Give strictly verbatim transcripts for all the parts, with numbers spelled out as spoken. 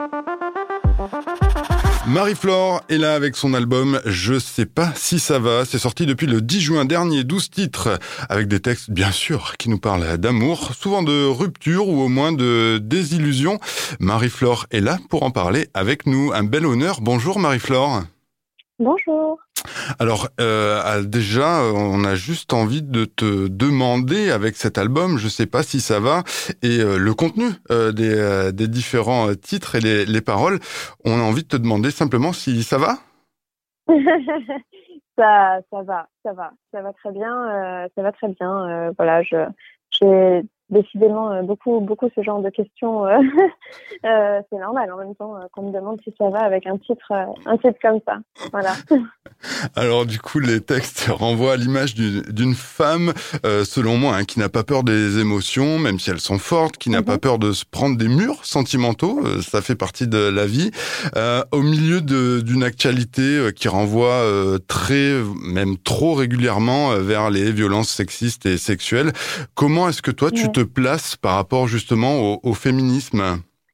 Marie-Flore est là avec son album « Je sais pas si ça va ». C'est sorti depuis le dix juin dernier, douze titres, avec des textes bien sûr qui nous parlent d'amour, souvent de rupture ou au moins de désillusion. Marie-Flore est là pour en parler avec nous. Un bel honneur. Bonjour Marie-Flore. Bonjour. Alors euh, déjà, on a juste envie de te demander avec cet album, je sais pas si ça va, et euh, le contenu euh, des, euh, des différents titres et les, les paroles, on a envie de te demander simplement si ça va. ça, ça va, ça va, ça va très bien, euh, ça va très bien. Euh, voilà, je, j'ai décidément euh, beaucoup, beaucoup ce genre de questions. Euh, euh, c'est normal en même temps euh, qu'on me demande si ça va avec un titre, euh, un titre comme ça. Voilà. Alors du coup, les textes renvoient à l'image d'une, d'une femme, euh, selon moi, hein, qui n'a pas peur des émotions, même si elles sont fortes, qui n'a mm-hmm. pas peur de se prendre des murs sentimentaux, euh, ça fait partie de la vie, euh, au milieu de, d'une actualité euh, qui renvoie euh, très, même trop régulièrement euh, vers les violences sexistes et sexuelles. Comment est-ce que toi, ouais. tu te places par rapport justement au, au féminisme ?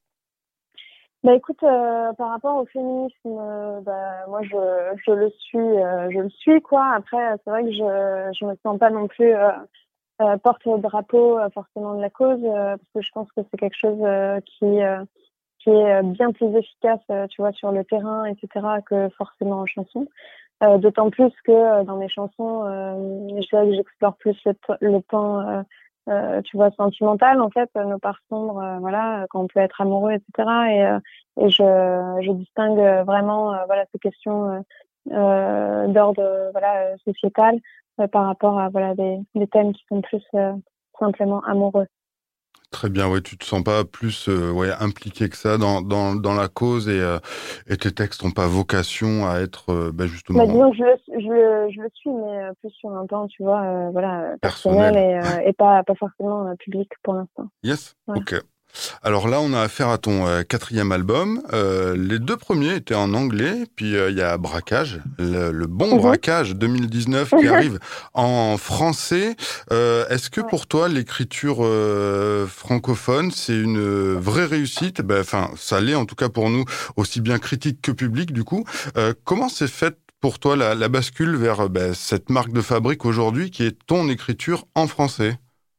Bah écoute, euh, par rapport au féminisme, euh, bah moi je je le suis, euh, je le suis quoi. Après c'est vrai que je je me sens pas non plus euh, euh, porte-drapeau euh, forcément de la cause euh, parce que je pense que c'est quelque chose euh, qui euh, qui est bien plus efficace, euh, tu vois, sur le terrain, et cetera, que forcément en chanson. Euh, d'autant plus que euh, dans mes chansons, euh, je dirais que j'explore plus le, le pan euh, Euh, tu vois, sentimental, en fait, nos parts sombres, euh, voilà, quand on peut être amoureux, et cetera. Et, euh, et je, je distingue vraiment, euh, voilà, ces questions euh, euh, d'ordre, voilà, sociétal euh, par rapport à, voilà, des, des thèmes qui sont plus euh, simplement amoureux. Très bien, ouais, tu te sens pas plus euh, ouais, impliqué que ça dans, dans, dans la cause et, euh, et tes textes n'ont pas vocation à être euh, bah, justement... Bah, disons que je le, je, le, je le suis, mais plus sur un plan, tu vois, euh, voilà, personnel, personnel et, euh, et pas, pas forcément euh, public pour l'instant. Yes, voilà. Ok. Alors là, on a affaire à ton euh, quatrième album. Euh, les deux premiers étaient en anglais, puis il euh, y a Braquage, le, le bon mm-hmm. Braquage deux mille dix-neuf qui arrive en français. Euh, est-ce que ouais. pour toi, l'écriture euh, francophone, c'est une vraie réussite ? Ben, enfin, ça l'est en tout cas pour nous, aussi bien critique que public du coup. Euh, comment s'est faite pour toi la, la bascule vers ben, cette marque de fabrique aujourd'hui qui est ton écriture en français ?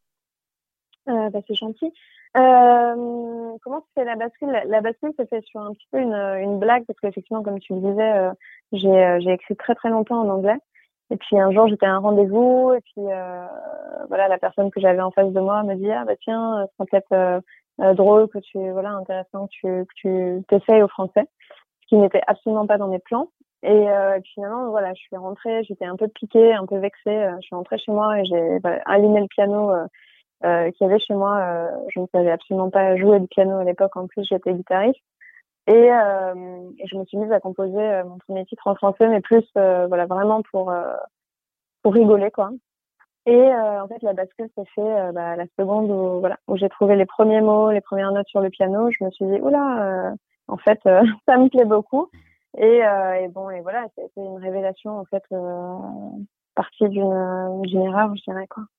euh, bah, C'est gentil. Euh, comment se fait la bascule ? La, la bascule se fait sur un petit peu une, une blague parce qu'effectivement, comme tu le disais, euh, j'ai, euh, j'ai écrit très très longtemps en anglais. Et puis un jour, j'étais à un rendez-vous et puis euh, voilà, la personne que j'avais en face de moi me dit ah bah tiens, c'est peut-être euh, euh, drôle que tu voilà intéressant que tu que tu t'essayes au français, ce qui n'était absolument pas dans mes plans. Et, euh, et puis finalement, voilà, je suis rentrée, j'étais un peu piquée, un peu vexée. Euh, je suis rentrée chez moi et j'ai voilà, allumé le piano. Euh, Euh, qu'il y avait chez moi. Euh, je ne savais absolument pas jouer du piano à l'époque. En plus, j'étais guitariste. Et, euh, et je me suis mise à composer euh, mon premier titre en français, mais plus, euh, voilà, vraiment pour euh, pour rigoler, quoi. Et euh, en fait, la bascule s'est fait euh, bah, la seconde où voilà où j'ai trouvé les premiers mots, les premières notes sur le piano. Je me suis dit oula, euh, en fait, euh, ça me plaît beaucoup. Et, euh, et bon, et voilà, c'était une révélation en fait, euh, partie d'une d'une erreur, je dirais, quoi.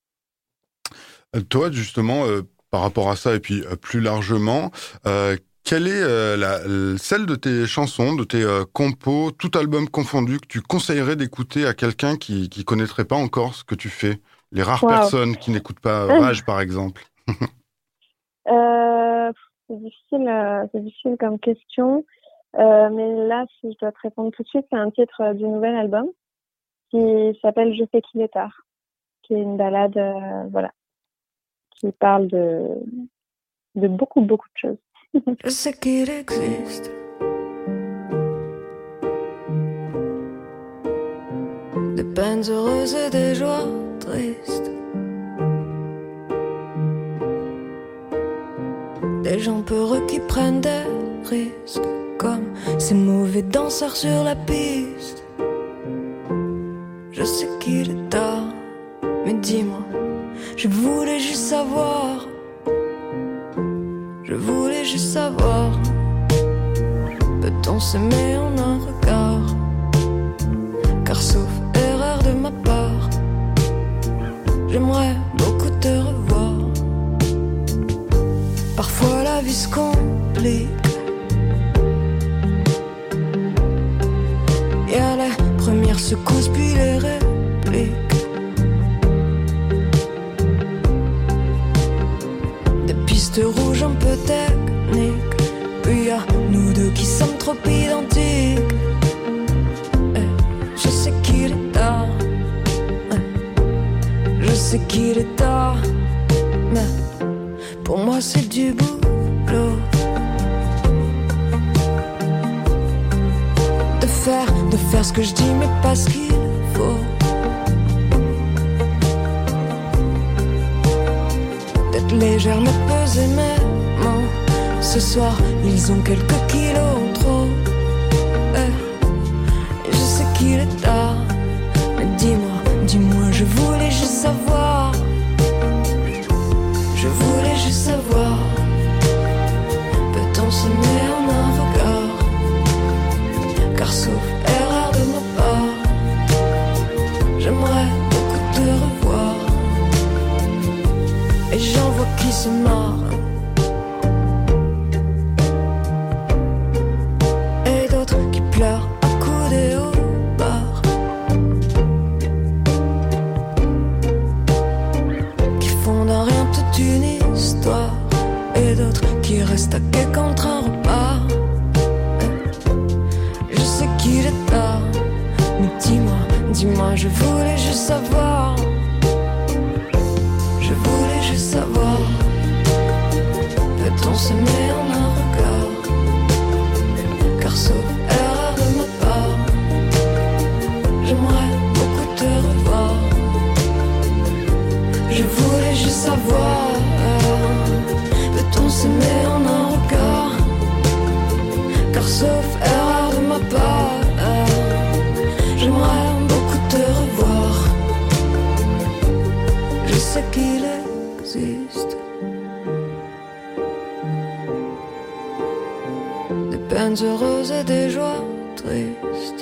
Toi, justement, euh, par rapport à ça, et puis euh, plus largement, euh, quelle est euh, la, celle de tes chansons, de tes euh, compos, tout album confondu, que tu conseillerais d'écouter à quelqu'un qui qui connaîtrait pas encore ce que tu fais ? Les rares wow. personnes qui n'écoutent pas Rage, par exemple. euh, c'est difficile, euh, c'est difficile comme question. Euh, mais là, si je dois te répondre tout de suite, c'est un titre du nouvel album qui s'appelle « Je sais qu'il est tard », qui est une balade, euh, voilà, qui parle de, de beaucoup, beaucoup de choses. Je sais qu'il existe des peines heureuses et des joies tristes, des gens peureux qui prennent des risques, comme ces mauvais danseurs sur la piste. Je sais qu'il est tard, mais dis-moi, je voulais juste savoir, je voulais juste savoir, peut-on s'aimer en un regard? Car sauf erreur de ma part, j'aimerais beaucoup te revoir. Parfois la vie se complique, secousses puis les répliques. Des pistes rouges un peu techniques. Puis y'a nous deux qui sommes trop identiques. Eh, je sais qu'il est tard. Eh, je sais qu'il est tard. Mais pour moi c'est du boulot. De faire, de faire ce que je dis mais pas ce qu'il faut. D'être légère mais peser mes mots. Ce soir ils ont quelques kilos en trop. Eh, je sais qu'il est tard. Mais dis-moi, dis-moi, je voulais juste savoir. Je voulais juste savoir. Peut-on s'aimer en un regard? Car sauf erreur de ma part, j'aimerais beaucoup te revoir. Et j'en vois qui se marrent. Et d'autres qui pleurent accoudés au bar. Qui font d'un rien toute une histoire. Et d'autres qui restent à quai contre un repas. Je sais qu'il est tard. Mais dis-moi, dis-moi, je voulais juste savoir. Je voulais juste savoir. Peut-on s'aimer en un regard? Car sauf erreur de ma part, j'aimerais beaucoup te revoir. Je voulais juste savoir. Peut-on s'aimer en un regard? Car sauf erreur de ma part, j'aimerais beaucoup te revoir. Je sais qu'il existe des peines heureuses et des joies tristes.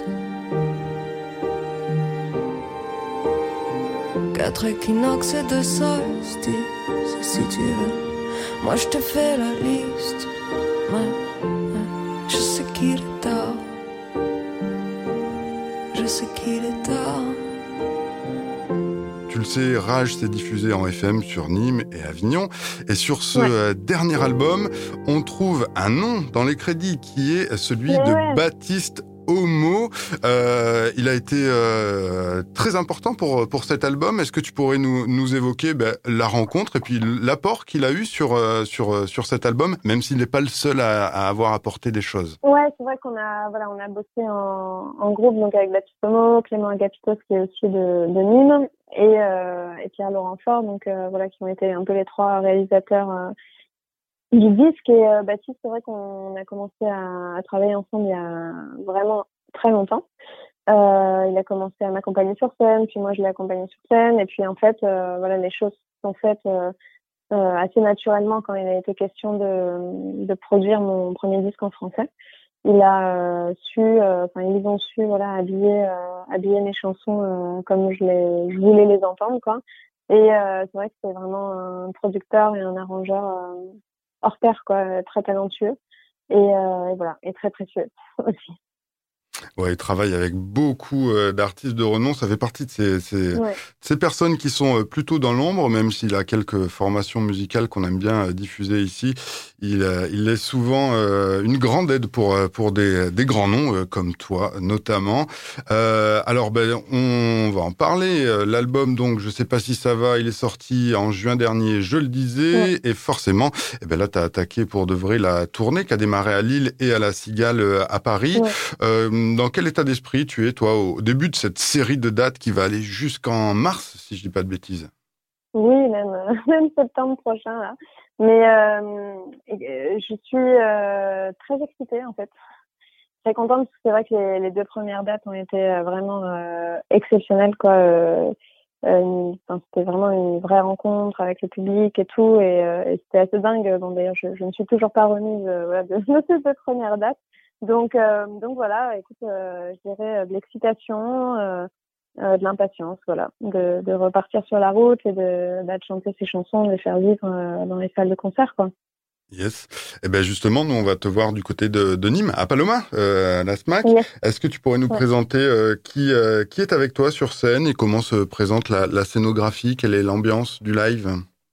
Quatre équinoxes et deux solstices, si tu veux. Moi je te fais la liste. Ouais, ouais. Je sais qu'il est tard. Je sais qu'il est tard. Tu le sais, Rage s'est diffusé en F M sur Nîmes et Avignon. Et sur ce Ouais. euh, dernier album, on trouve un nom dans les crédits qui est celui Ouais, de ouais. Baptiste Homo. Euh, il a été euh, très important pour pour cet album. Est-ce que tu pourrais nous nous évoquer ben, la rencontre et puis l'apport qu'il a eu sur euh, sur sur cet album, même s'il n'est pas le seul à, à avoir apporté des choses. Ouais, c'est vrai qu'on a, voilà, on a bossé en, en groupe, donc avec Baptiste Homo, Clément Agapitos, qui est aussi de, de Nîmes, et, euh, et Pierre Laurent Fort, donc, euh, voilà, qui ont été un peu les trois réalisateurs, euh, du disque. Et, euh, Baptiste, c'est vrai qu'on a commencé à, à travailler ensemble il y a vraiment très longtemps. Euh, il a commencé à m'accompagner sur scène, puis moi je l'ai accompagné sur scène, et puis en fait, euh, voilà, les choses sont faites, euh, euh, assez naturellement quand il a été question de, de produire mon premier disque en français. Il a euh, su, enfin euh, ils ont su, voilà, habiller, euh, habiller mes chansons euh, comme je les, je voulais les entendre, quoi. Et euh, c'est vrai que c'est vraiment un producteur et un arrangeur euh, hors pair, quoi, très talentueux et, euh, et voilà, et très précieux aussi. Ouais, il travaille avec beaucoup euh, d'artistes de renom. Ça fait partie de ces, ces, Ouais. ces personnes qui sont euh, plutôt dans l'ombre, même s'il a quelques formations musicales qu'on aime bien euh, diffuser ici. Il, euh, il est souvent euh, une grande aide pour euh, pour des, des grands noms euh, comme toi, notamment. Euh, alors, ben, on va en parler. Euh, L'album, donc, je sais pas si ça va. Il est sorti en juin dernier, je le disais, Ouais. et forcément, eh ben là, t'as attaqué pour de vrai la tournée qui a démarré à Lille et à la Cigale euh, à Paris. Ouais. Euh, dans quel état d'esprit tu es, toi, au début de cette série de dates qui va aller jusqu'en mars, si je dis pas de bêtises? Oui, même, euh, même septembre prochain, là. Mais euh, je suis euh, très excitée, en fait. Très contente, parce que c'est vrai que les, les deux premières dates ont été vraiment euh, exceptionnelles, quoi. Euh, euh, enfin, c'était vraiment une vraie rencontre avec le public et tout, et, euh, et c'était assez dingue. Bon, d'ailleurs, je, je ne suis toujours pas remise euh, voilà, de, de ces deux premières dates. Donc, euh, donc voilà, écoute, euh, je dirais euh, de l'excitation, euh, euh, de l'impatience, voilà, de, de repartir sur la route et de, bah, de chanter ces chansons, de les faire vivre euh, dans les salles de concert, quoi. Yes. Et ben justement, nous on va te voir du côté de, de Nîmes, à Paloma, euh, à la SMAC. Yes. Est-ce que tu pourrais nous Ouais. présenter euh, qui euh, qui est avec toi sur scène et comment se présente la, la scénographie, quelle est l'ambiance du live?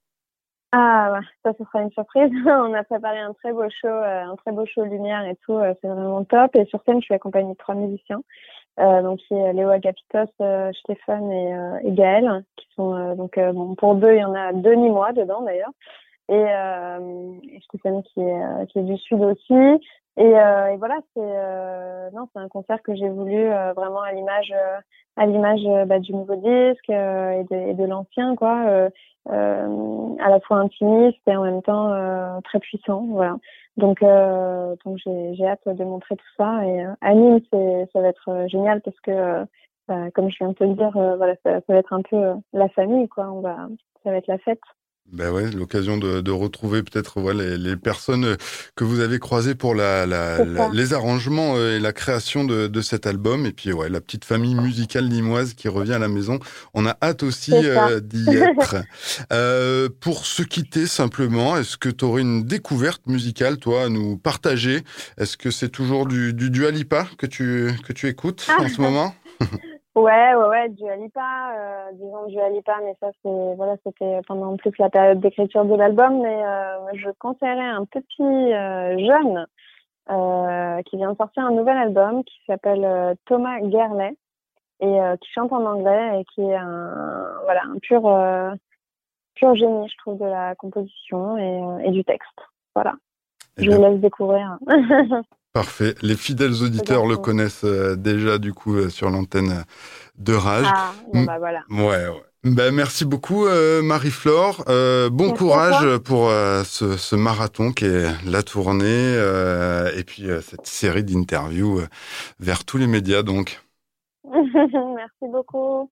Ah, ouais, ça, ce sera une surprise. On a préparé un très beau show, euh, un très beau show lumière et tout. euh, c'est vraiment top. Et sur scène, je suis accompagnée de trois musiciens. Euh, donc, il y a Léo Agapitos, euh, Stéphane et, euh, et Gaël, qui sont euh, donc euh, bon pour deux, il y en a deux Nîmois dedans d'ailleurs. Et, euh, et Stéphane qui est euh, qui est du sud aussi. Et, euh, et voilà, c'est euh, non, c'est un concert que j'ai voulu euh, vraiment à l'image euh, à l'image euh, bah, du nouveau disque euh, et de, et de l'ancien, quoi. Euh, euh, à la fois intimiste et en même temps euh, très puissant, voilà. Donc euh, donc j'ai j'ai hâte de montrer tout ça. Et euh, à Nîmes, c'est ça va être euh, génial parce que euh, bah, comme je viens de te le dire, euh, voilà, ça, ça va être un peu euh, la famille, quoi. On va ça va être la fête. Ben ouais, l'occasion de, de retrouver peut-être ouais, les, les personnes que vous avez croisées pour la, la, C'est la- ça. les arrangements et la création de, de cet album. Et puis ouais, la petite famille musicale limoise qui revient à la maison. On a hâte aussi C'est ça. euh, d'y être. Euh, pour se quitter simplement, est-ce que tu aurais une découverte musicale, toi, à nous partager? Est-ce que c'est toujours du, du Dua Lipa que tu, que tu écoutes en ce moment? Ouais, ouais, ouais, Dua Lipa, euh, disons Dua Lipa, mais ça, c'est, voilà, c'était pendant plus la période d'écriture de l'album, mais euh, je conseillerais un petit euh, jeune euh, qui vient de sortir un nouvel album qui s'appelle euh, Thomas Gerley et euh, qui chante en anglais et qui est un, voilà, un pur, euh, pur génie, je trouve, de la composition et, euh, et du texte. Voilà, Eh je bien, vous laisse découvrir. parfait. Les fidèles auditeurs le Exactement. connaissent euh, déjà du coup euh, sur l'antenne de Rage. Ah, bon, Mm. bah voilà. Ouais, ouais. Ben, merci beaucoup euh, Marie-Flore. Euh, bon Merci à courage toi. pour euh, ce, ce marathon qui est la tournée euh, et puis euh, cette série d'interviews euh, vers tous les médias donc. Merci beaucoup.